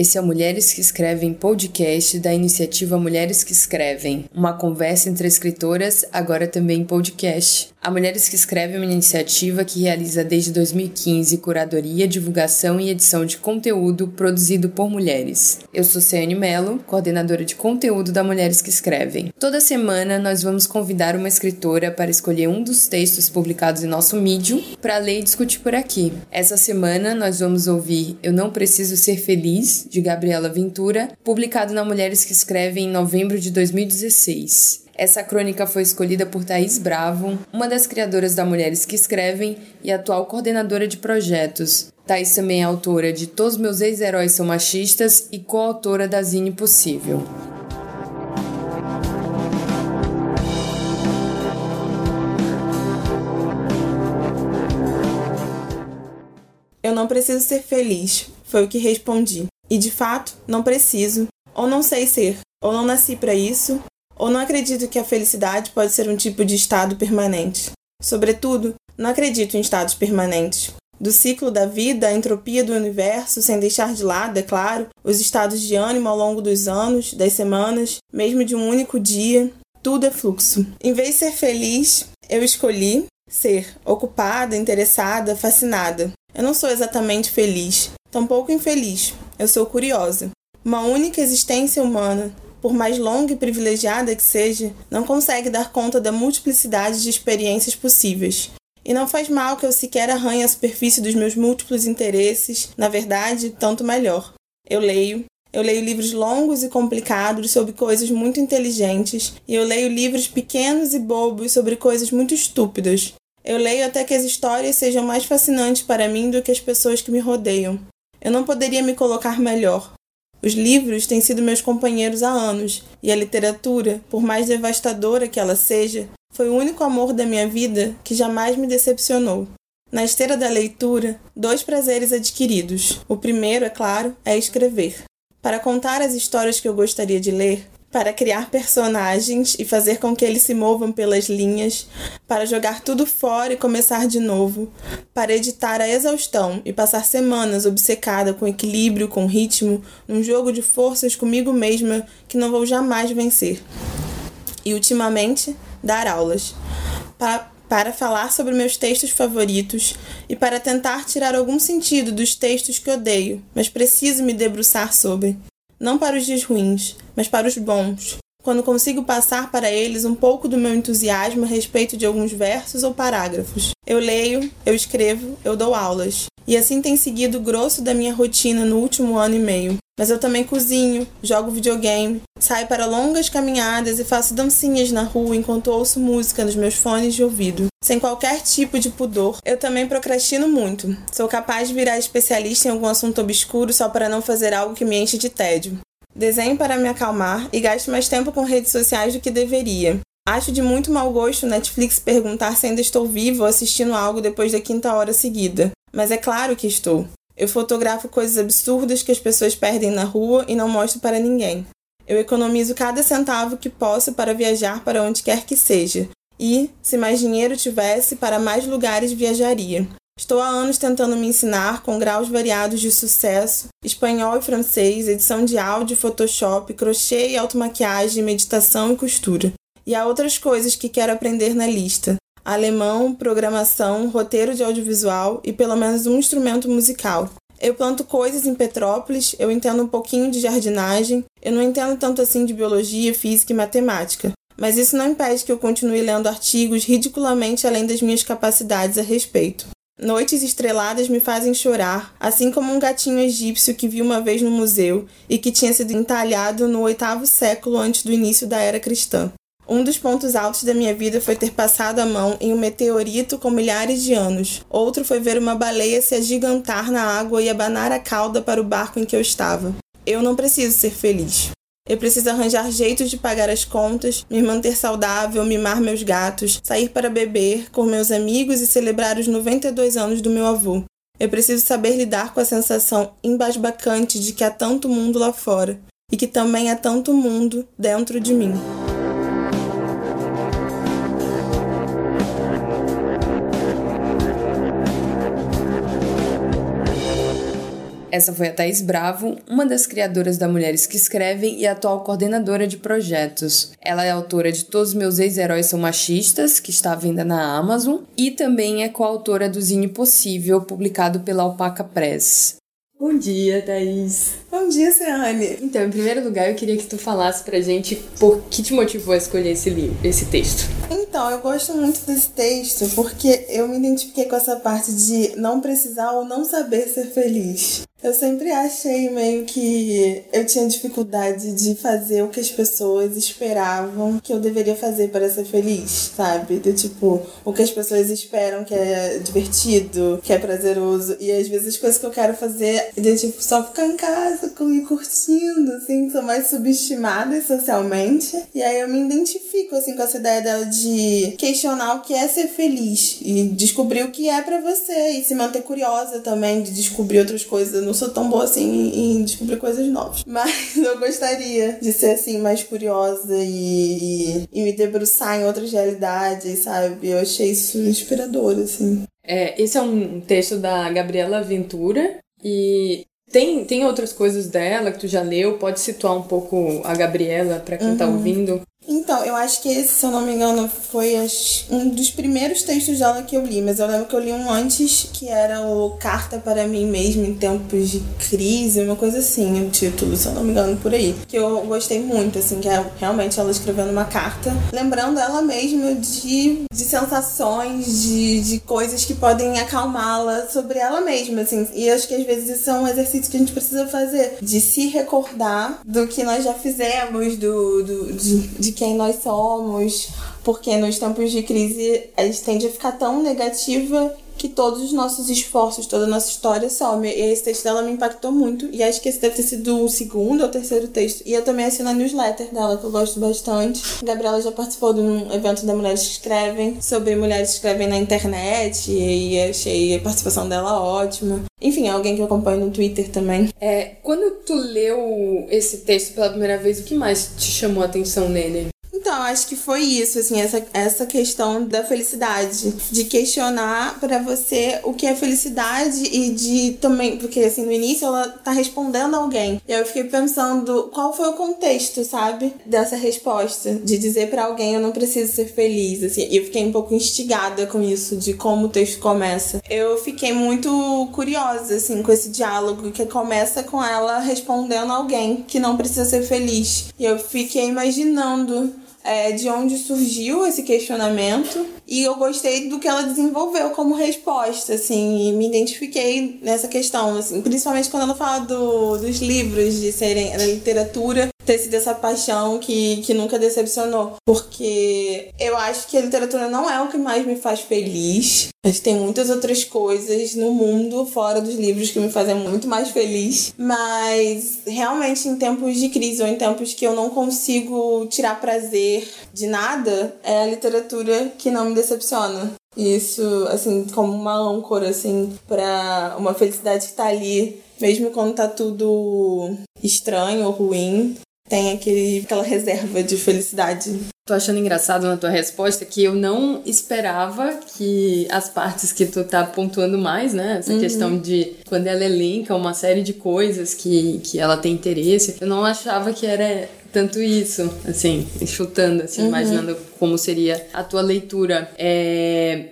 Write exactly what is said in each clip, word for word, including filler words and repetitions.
Esse é o Mulheres que Escrevem podcast da iniciativa Mulheres que Escrevem, uma conversa entre escritoras, agora também em podcast. A Mulheres que Escrevem é uma iniciativa que realiza desde dois mil e quinze curadoria, divulgação e edição de conteúdo produzido por mulheres. Eu sou Ciane Mello, coordenadora de conteúdo da Mulheres que Escrevem. Toda semana nós vamos convidar uma escritora para escolher um dos textos publicados em nosso Medium para ler e discutir por aqui. Essa semana nós vamos ouvir Eu Não Preciso Ser Feliz, de Gabriela Ventura, publicado na Mulheres que Escrevem em novembro de dois mil e dezesseis. Essa crônica foi escolhida por Thaís Bravo, uma das criadoras da Mulheres que Escrevem e atual coordenadora de projetos. Thaís também é autora de Todos Meus Ex-Heróis São Machistas e coautora da Zine Possível. Eu não preciso ser feliz, foi o que respondi. E de fato, não preciso, ou não sei ser, ou não nasci para isso, ou não acredito que a felicidade pode ser um tipo de estado permanente. Sobretudo, não acredito em estados permanentes. Do ciclo da vida, a entropia do universo, sem deixar de lado, é claro, os estados de ânimo ao longo dos anos, das semanas, mesmo de um único dia, tudo é fluxo. Em vez de ser feliz, eu escolhi ser ocupada, interessada, fascinada. Eu não sou exatamente feliz, tampouco infeliz, eu sou curiosa. Uma única existência humana, por mais longa e privilegiada que seja, não consegue dar conta da multiplicidade de experiências possíveis. E não faz mal que eu sequer arranhe a superfície dos meus múltiplos interesses, na verdade, tanto melhor. Eu leio, eu leio livros longos e complicados sobre coisas muito inteligentes, e eu leio livros pequenos e bobos sobre coisas muito estúpidas. Eu leio até que as histórias sejam mais fascinantes para mim do que as pessoas que me rodeiam. Eu não poderia me colocar melhor. Os livros têm sido meus companheiros há anos, e a literatura, por mais devastadora que ela seja, foi o único amor da minha vida que jamais me decepcionou. Na esteira da leitura, dois prazeres adquiridos. O primeiro, é claro, é escrever. Para contar as histórias que eu gostaria de ler, para criar personagens e fazer com que eles se movam pelas linhas, para jogar tudo fora e começar de novo, para editar a exaustão e passar semanas obcecada com equilíbrio, com ritmo, num jogo de forças comigo mesma que não vou jamais vencer. E, ultimamente, dar aulas. Para, para falar sobre meus textos favoritos e para tentar tirar algum sentido dos textos que odeio, mas preciso me debruçar sobre. Não para os dias ruins, mas para os bons, quando consigo passar para eles um pouco do meu entusiasmo a respeito de alguns versos ou parágrafos. Eu leio, eu escrevo, eu dou aulas. E assim tem seguido o grosso da minha rotina no último ano e meio. Mas eu também cozinho, jogo videogame, saio para longas caminhadas e faço dancinhas na rua enquanto ouço música nos meus fones de ouvido. Sem qualquer tipo de pudor, eu também procrastino muito. Sou capaz de virar especialista em algum assunto obscuro só para não fazer algo que me enche de tédio. Desenho para me acalmar e gasto mais tempo com redes sociais do que deveria. Acho de muito mau gosto Netflix perguntar se ainda estou vivo ou assistindo algo depois da quinta hora seguida. Mas é claro que estou. Eu fotografo coisas absurdas que as pessoas perdem na rua e não mostro para ninguém. Eu economizo cada centavo que posso para viajar para onde quer que seja. E, se mais dinheiro tivesse, para mais lugares viajaria. Estou há anos tentando me ensinar, com graus variados de sucesso, espanhol e francês, edição de áudio, Photoshop, crochê e automaquiagem, meditação e costura. E há outras coisas que quero aprender na lista. Alemão, programação, roteiro de audiovisual e pelo menos um instrumento musical. Eu planto coisas em Petrópolis, eu entendo um pouquinho de jardinagem, eu não entendo tanto assim de biologia, física e matemática. Mas isso não impede que eu continue lendo artigos ridiculamente além das minhas capacidades a respeito. Noites estreladas me fazem chorar, assim como um gatinho egípcio que vi uma vez no museu e que tinha sido entalhado no oitavo século antes do início da era cristã. Um dos pontos altos da minha vida foi ter passado a mão em um meteorito com milhares de anos. Outro foi ver uma baleia se agigantar na água e abanar a cauda para o barco em que eu estava. Eu não preciso ser feliz. Eu preciso arranjar jeitos de pagar as contas, me manter saudável, mimar meus gatos, sair para beber com meus amigos e celebrar os noventa e dois anos do meu avô. Eu preciso saber lidar com a sensação embasbacante de que há tanto mundo lá fora e que também há tanto mundo dentro de mim. Essa foi a Thaís Bravo, uma das criadoras da Mulheres que Escrevem e atual coordenadora de projetos. Ela é autora de Todos os Meus Ex-Heróis São Machistas, que está à venda na Amazon, e também é coautora do Zine Possível, publicado pela Alpaca Press. Bom dia, Thaís. Bom dia, Ciane. Então, em primeiro lugar, eu queria que tu falasse pra gente por que te motivou a escolher esse livro, esse texto. Então, eu gosto muito desse texto porque eu me identifiquei com essa parte de não precisar ou não saber ser feliz. Eu sempre achei meio que eu tinha dificuldade de fazer o que as pessoas esperavam que eu deveria fazer para ser feliz, sabe? Do tipo, o que as pessoas esperam que é divertido, que é prazeroso. E às vezes as coisas que eu quero fazer é tipo, só ficar em casa e curtindo, assim, são mais subestimadas socialmente. E aí eu me identifico, assim, com essa ideia dela de questionar o que é ser feliz e descobrir o que é pra você e se manter curiosa também de descobrir outras coisas. Eu não sou tão boa assim em descobrir coisas novas, mas eu gostaria de ser assim mais curiosa e, e, e me debruçar em outras realidades, sabe? Eu achei isso inspirador, assim. É, esse é um texto da Gabriela Ventura e tem, tem outras coisas dela que tu já leu? Pode situar um pouco a Gabriela pra quem uhum. tá ouvindo? Então, eu acho que esse, se eu não me engano, foi um dos primeiros textos dela que eu li, mas eu lembro que eu li um antes, que era o Carta para Mim Mesma em Tempos de Crise, uma coisa assim, o título, se eu não me engano, por aí. Que eu gostei muito, assim, que é realmente ela escrevendo uma carta, lembrando ela mesma de, de sensações, de, de coisas que podem acalmá-la sobre ela mesma, assim. E acho que às vezes isso é um exercício que a gente precisa fazer, de se recordar do que nós já fizemos, do, do, de, de quem nós somos, porque nos tempos de crise a gente tende a ficar tão negativa que todos os nossos esforços, toda a nossa história some. E esse texto dela me impactou muito, e acho que esse deve ter sido o segundo ou terceiro texto. E eu também assino a newsletter dela, que eu gosto bastante. A Gabriela já participou de um evento da Mulheres que Escrevem, sobre mulheres que escrevem na internet, e achei a participação dela ótima. Enfim, é alguém que eu acompanho no Twitter também. É, quando tu leu esse texto pela primeira vez, o que mais te chamou a atenção nele? Então, acho que foi isso, assim, essa, essa questão da felicidade, de questionar pra você o que é felicidade e de também, porque assim, no início ela tá respondendo a alguém, e aí eu fiquei pensando qual foi o contexto, sabe, dessa resposta, de dizer pra alguém eu não preciso ser feliz, assim, e eu fiquei um pouco instigada com isso, de como o texto começa. Eu fiquei muito curiosa, assim, com esse diálogo que começa com ela respondendo a alguém que não precisa ser feliz, e eu fiquei imaginando É, de onde surgiu esse questionamento, e eu gostei do que ela desenvolveu como resposta, assim, e me identifiquei nessa questão, assim, principalmente quando ela fala do, dos livros, de serem da literatura, ter sido essa paixão que, que nunca decepcionou, porque eu acho que a literatura não é o que mais me faz feliz. Acho que tem muitas outras coisas no mundo, fora dos livros, que me fazem muito mais feliz, mas realmente em tempos de crise ou em tempos que eu não consigo tirar prazer de nada, é a literatura que não me decepciona. Isso, assim, como uma âncora, assim, pra uma felicidade que tá ali, mesmo quando tá tudo estranho ou ruim, tem aquele, aquela reserva de felicidade. Tô achando engraçado na tua resposta que eu não esperava que as partes que tu tá pontuando mais, né? Essa uhum. questão de quando ela elenca uma série de coisas que, que ela tem interesse, eu não achava que era tanto isso, assim, chutando, assim, uhum. imaginando como seria a tua leitura. É,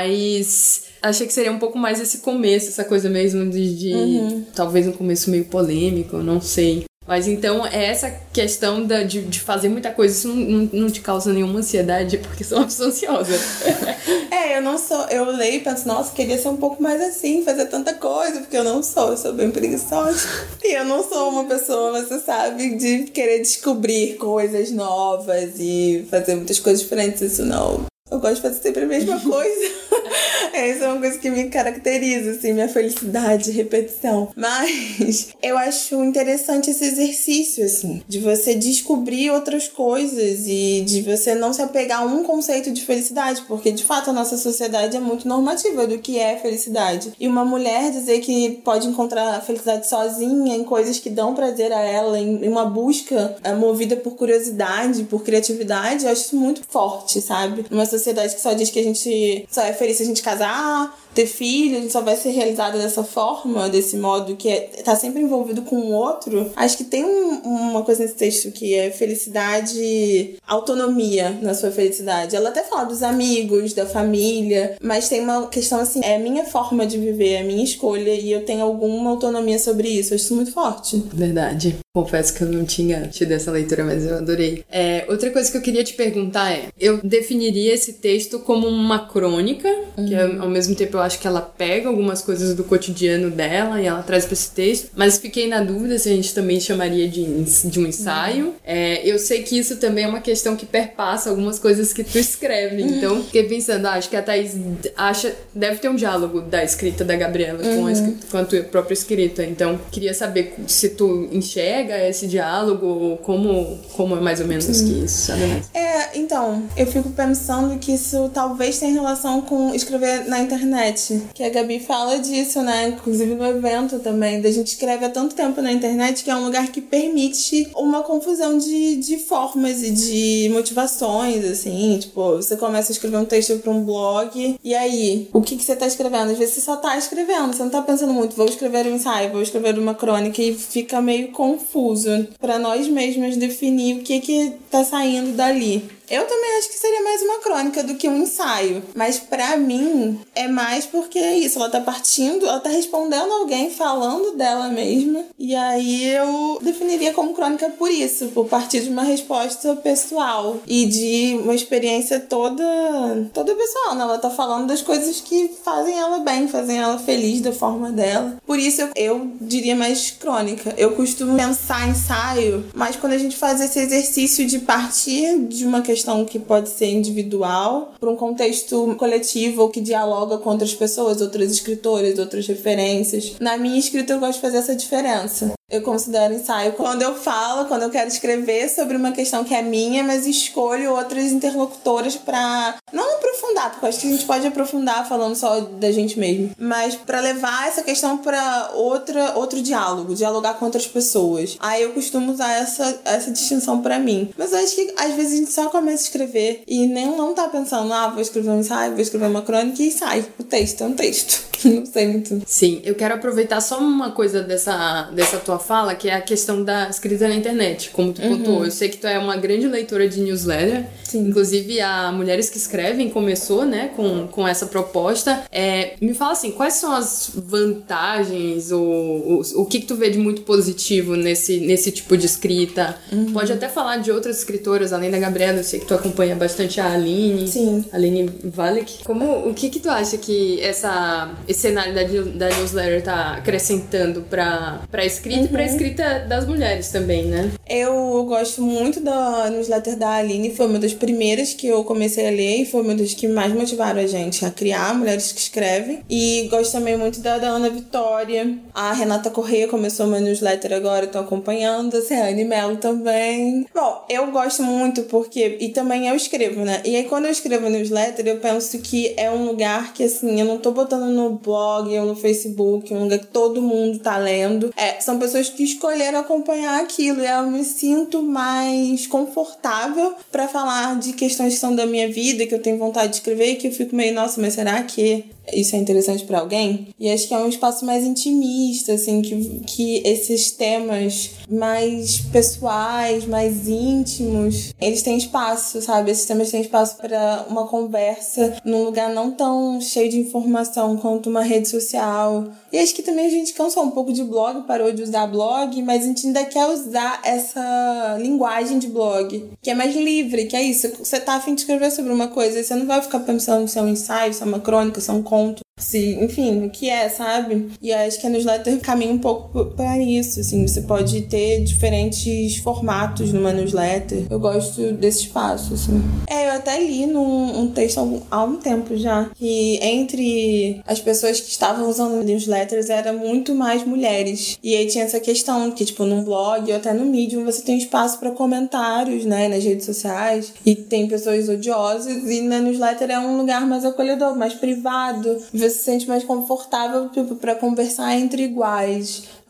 mas achei que seria um pouco mais esse começo, essa coisa mesmo de, de uhum. talvez um começo meio polêmico, não sei. Mas então, é essa questão da, de, de fazer muita coisa, isso não, não, não te causa nenhuma ansiedade, porque sou uma pessoa ansiosa. É, eu não sou, eu leio e penso, nossa, queria ser um pouco mais assim, fazer tanta coisa, porque eu não sou, eu sou bem preguiçosa. E eu não sou uma pessoa, você sabe, de querer descobrir coisas novas e fazer muitas coisas diferentes, isso não. Eu gosto de fazer sempre a mesma coisa. Essa é uma coisa que me caracteriza, assim, minha felicidade, repetição. Mas eu acho interessante esse exercício, assim, de você descobrir outras coisas e de você não se apegar a um conceito de felicidade, porque, de fato, a nossa sociedade é muito normativa do que é felicidade. E uma mulher dizer que pode encontrar a felicidade sozinha em coisas que dão prazer a ela, em uma busca movida por curiosidade, por criatividade, eu acho isso muito forte, sabe? Uma sociedade que só diz que a gente só é feliz se a gente casar, ter filho, a gente só vai ser realizada dessa forma, desse modo que é, tá sempre envolvido com o outro. Acho que tem um, uma coisa nesse texto que é felicidade, autonomia na sua felicidade. Ela até fala dos amigos, da família, mas tem uma questão assim, é a minha forma de viver, é a minha escolha e eu tenho alguma autonomia sobre isso. Eu acho isso muito forte. Verdade. Confesso que eu não tinha tido essa leitura, mas eu adorei. É, outra coisa que eu queria te perguntar é, eu definiria esse texto como uma crônica, uhum. que ao mesmo tempo eu acho que ela pega algumas coisas do cotidiano dela e ela traz pra esse texto, mas fiquei na dúvida se a gente também chamaria de, de um ensaio. Uhum. É, eu sei que isso também é uma questão que perpassa algumas coisas que tu escreve, uhum. então fiquei pensando, ah, acho que a Thaís acha, deve ter um diálogo da escrita da Gabriela uhum. com, a escrita, com a tua própria escrita, então queria saber se tu enxerga esse diálogo, como, como é mais ou menos Sim. que isso, sabe? É, então, eu fico pensando que isso talvez tenha relação com escrever na internet, que a Gabi fala disso, né? Inclusive no evento também, da gente escreve há tanto tempo na internet que é um lugar que permite uma confusão de, de formas e de motivações, assim, tipo, você começa a escrever um texto pra um blog, e aí, o que que você tá escrevendo? Às vezes você só tá escrevendo, você não tá pensando muito, vou escrever um ensaio, vou escrever uma crônica, e fica meio confuso para nós mesmos definir o que que tá saindo dali. Eu também acho que seria mais uma crônica do que um ensaio. Mas pra mim, é mais porque é isso. Ela tá partindo, ela tá respondendo alguém, falando dela mesma. E aí eu definiria como crônica por isso. Por partir de uma resposta pessoal. E de uma experiência toda, toda pessoal, né? Ela tá falando das coisas que fazem ela bem, fazem ela feliz da forma dela. Por isso eu, eu diria mais crônica. Eu costumo pensar ensaio, mas quando a gente faz esse exercício de partir de uma questão que pode ser individual para um contexto coletivo ou que dialoga com outras pessoas, outras escritoras, outras referências. Na minha escrita eu gosto de fazer essa diferença. Eu considero ensaio quando eu falo, quando eu quero escrever sobre uma questão que é minha, mas escolho outras interlocutoras para não aprofundar, porque eu acho que a gente pode aprofundar falando só da gente mesmo, mas para levar essa questão para outra outro diálogo, dialogar com outras pessoas. Aí eu costumo usar essa, essa distinção para mim. Mas eu acho que às vezes a gente só começa a escrever e nem não tá pensando, ah, vou escrever um ensaio, vou escrever uma crônica e sai. O texto é um texto. Não sei muito. Sim, eu quero aproveitar só uma coisa dessa, dessa tua fala, que é a questão da escrita na internet, como tu uhum. pontuou. Eu sei que tu é uma grande leitora de newsletter. Sim. Inclusive, a Mulheres que Escrevem começou, né, com, com essa proposta. É, me fala assim, quais são as vantagens ou o, o que que tu vê de muito positivo nesse, nesse tipo de escrita? Uhum. Pode até falar de outras escritoras, além da Gabriela. Eu sei que tu acompanha bastante a Aline. Sim. Aline Valek. Como, o que que tu acha que essa... esse cenário da, da newsletter tá acrescentando pra, pra escrita uhum. e pra escrita das mulheres também, né? Eu gosto muito da newsletter da Aline, foi uma das primeiras que eu comecei a ler e foi uma das que mais motivaram a gente a criar Mulheres que Escrevem. E gosto também muito da, da Ana Vitória. A Renata Corrêa começou uma newsletter agora, tô acompanhando. A Ciane Mello também. Bom, eu gosto muito porque... E também eu escrevo, né? E aí quando eu escrevo newsletter, eu penso que é um lugar que, assim, eu não tô botando no blog ou no Facebook, um lugar que todo mundo tá lendo. É, são pessoas que escolheram acompanhar aquilo e eu me sinto mais confortável pra falar de questões que são da minha vida, que eu tenho vontade de escrever e que eu fico meio, nossa, mas será que isso é interessante pra alguém? E acho que é um espaço mais intimista, assim, que, que esses temas mais pessoais, mais íntimos, eles têm espaço, sabe? Esses temas têm espaço pra uma conversa num lugar não tão cheio de informação quanto uma rede social. E acho que também a gente cansou um pouco de blog, parou de usar blog, mas a gente ainda quer usar essa linguagem de blog, que é mais livre, que é isso. Você tá a fim de escrever sobre uma coisa e você não vai ficar pensando se é um ensaio, se é uma crônica, se é um conto, se, enfim, o que é, sabe? E acho que a newsletter caminha um pouco para isso, assim, você pode ter diferentes formatos numa newsletter. Eu gosto desse espaço, assim. É, eu até li num um texto há, algum, há um tempo já, que entre as pessoas que estavam usando newsletters eram muito mais mulheres. E aí tinha essa questão que, tipo, num blog ou até no Medium, você tem espaço para comentários, né, nas redes sociais, e tem pessoas odiosas, e na newsletter é um lugar mais acolhedor, mais privado, você se sente mais confortável, tipo, pra conversar entre iguais.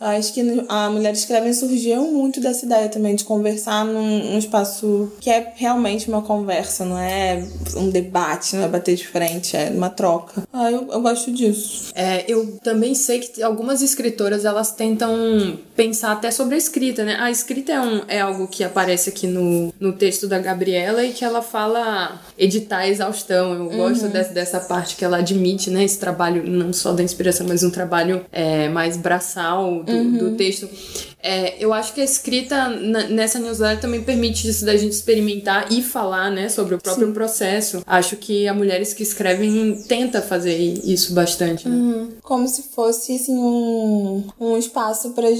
Acho que a Mulheres que Escrevem surgiu muito dessa ideia também de conversar num, num espaço que é realmente uma conversa, não é um debate, não é bater de frente, é uma troca. Ah, eu, eu gosto disso. É, eu também sei que algumas escritoras, elas tentam pensar até sobre a escrita, né? A escrita é, um, é algo que aparece aqui no, no texto da Gabriela e que ela fala editar a exaustão. Eu uhum. gosto dessa, dessa parte que ela admite, né? Esse trabalho, não só da inspiração, mas um trabalho é, mais braçal do, uhum. do texto. É, eu acho que a escrita na, nessa newsletter também permite isso da gente experimentar e falar, né, sobre o próprio Sim. processo. Acho que a Mulheres que Escrevem tenta fazer isso bastante, né? Uhum. Como se fosse, assim, um, um espaço pra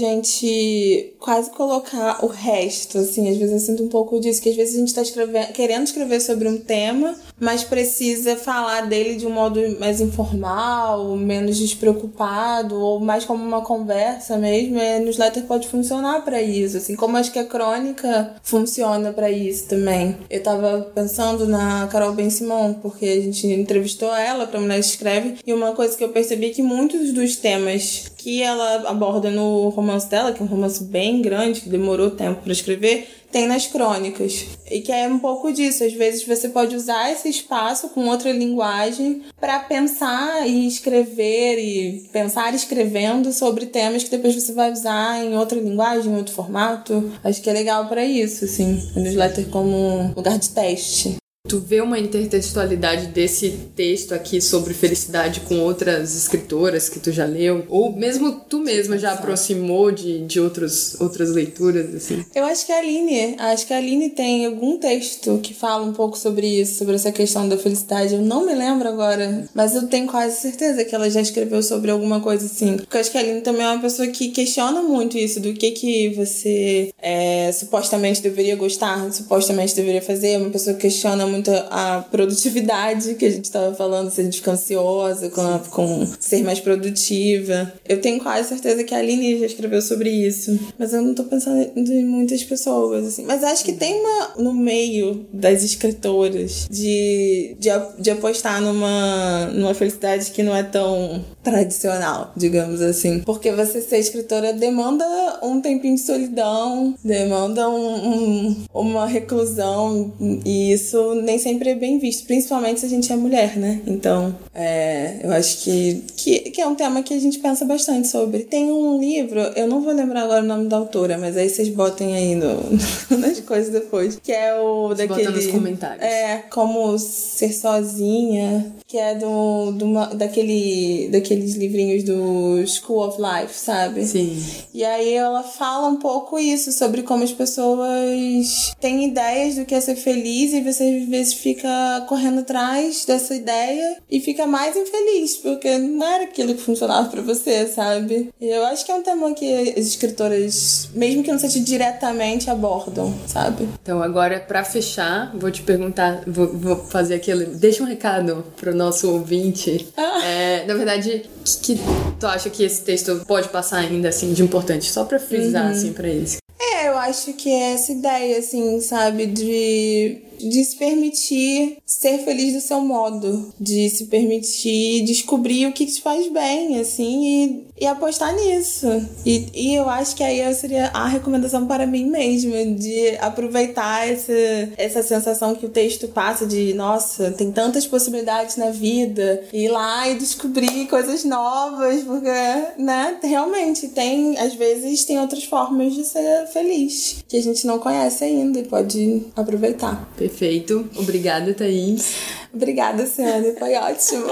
gente quase colocar o resto, assim. Às vezes eu sinto um pouco disso, que às vezes a gente tá escrevendo, querendo escrever sobre um tema, mas precisa falar dele de um modo mais informal, menos despreocupado, ou mais como uma conversa mesmo. E a newsletter pode funcionar pra isso, assim como acho que a crônica funciona pra isso também. Eu tava pensando na Carol Ben-Simon, porque a gente entrevistou ela pra Mulheres que Escrevem, e uma coisa que eu percebi é que muitos dos temas que ela aborda no romance dela, que é um romance bem grande, que demorou tempo pra escrever, tem nas crônicas. E que é um pouco disso. Às vezes você pode usar esse espaço com outra linguagem para pensar e escrever e pensar escrevendo sobre temas que depois você vai usar em outra linguagem, em outro formato. Acho que é legal para isso, assim. A newsletter como lugar de teste. Tu vê uma intertextualidade desse texto aqui sobre felicidade com outras escritoras que tu já leu? Ou mesmo tu mesma já aproximou de, de outros, outras leituras, assim? Eu acho que a Aline, acho que a Aline tem algum texto que fala um pouco sobre isso, sobre essa questão da felicidade. Eu não me lembro agora, mas eu tenho quase certeza que ela já escreveu sobre alguma coisa assim. Porque eu acho que a Aline também é uma pessoa que questiona muito isso, do que que você é, supostamente deveria gostar, supostamente deveria fazer. Uma pessoa que questiona muito a produtividade que a gente estava falando, se a gente fica ansiosa com, a, com ser mais produtiva. Eu tenho quase certeza que a Aline já escreveu sobre isso, mas eu não tô pensando em muitas pessoas, assim. Mas acho que tem uma no meio das escritoras de, de, de apostar numa, numa felicidade que não é tão tradicional, digamos assim. Porque você ser escritora demanda um tempinho de solidão, demanda um, um, uma reclusão, e isso nem sempre é bem visto, principalmente se a gente é mulher, né? Então, é, eu acho que, que, que é um tema que a gente pensa bastante sobre. Tem um livro, eu não vou lembrar agora o nome da autora, mas aí vocês botem aí no, nas coisas depois, que é o Você daquele... bota nos comentários. É, Como Ser Sozinha, que é do, do uma, daquele, daqueles livrinhos do School of Life, sabe? Sim. E aí ela fala um pouco isso, sobre como as pessoas têm ideias do que é ser feliz, e você às vezes fica correndo atrás dessa ideia e fica mais infeliz, porque não era aquilo que funcionava pra você, sabe? E eu acho que é um tema que as escritoras, mesmo que não seja diretamente, abordam, sabe? Então agora, pra fechar, vou te perguntar, vou, vou fazer aquele... Deixa um recado pro nosso ouvinte. Ah. É, na verdade, o que, que tu acha que esse texto pode passar ainda, assim, de importante? Só pra frisar, uhum. assim, pra eles. É, eu acho que é essa ideia, assim, sabe, de, de se permitir ser feliz do seu modo, de se permitir descobrir o que te faz bem, assim, e, e apostar nisso. E, e eu acho que aí seria a recomendação para mim mesma, de aproveitar essa, essa sensação que o texto passa de, nossa, tem tantas possibilidades na vida, ir lá e descobrir coisas novas, porque, né, realmente tem, às vezes, tem outras formas de ser feliz, que a gente não conhece ainda e pode aproveitar. Perfeito. Obrigada, Thaís. Obrigada, Sandra. Foi ótimo.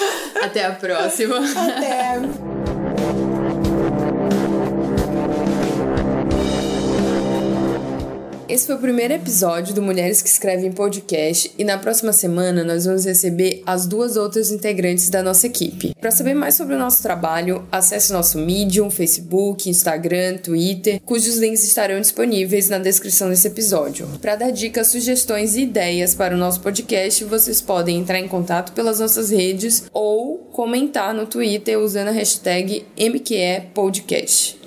Até a próxima. Até. Esse foi o primeiro episódio do Mulheres que Escrevem Podcast, e na próxima semana nós vamos receber as duas outras integrantes da nossa equipe. Para saber mais sobre o nosso trabalho, acesse nosso Medium, Facebook, Instagram, Twitter, cujos links estarão disponíveis na descrição desse episódio. Para dar dicas, sugestões e ideias para o nosso podcast, vocês podem entrar em contato pelas nossas redes ou comentar no Twitter usando a hashtag M Q E Podcast.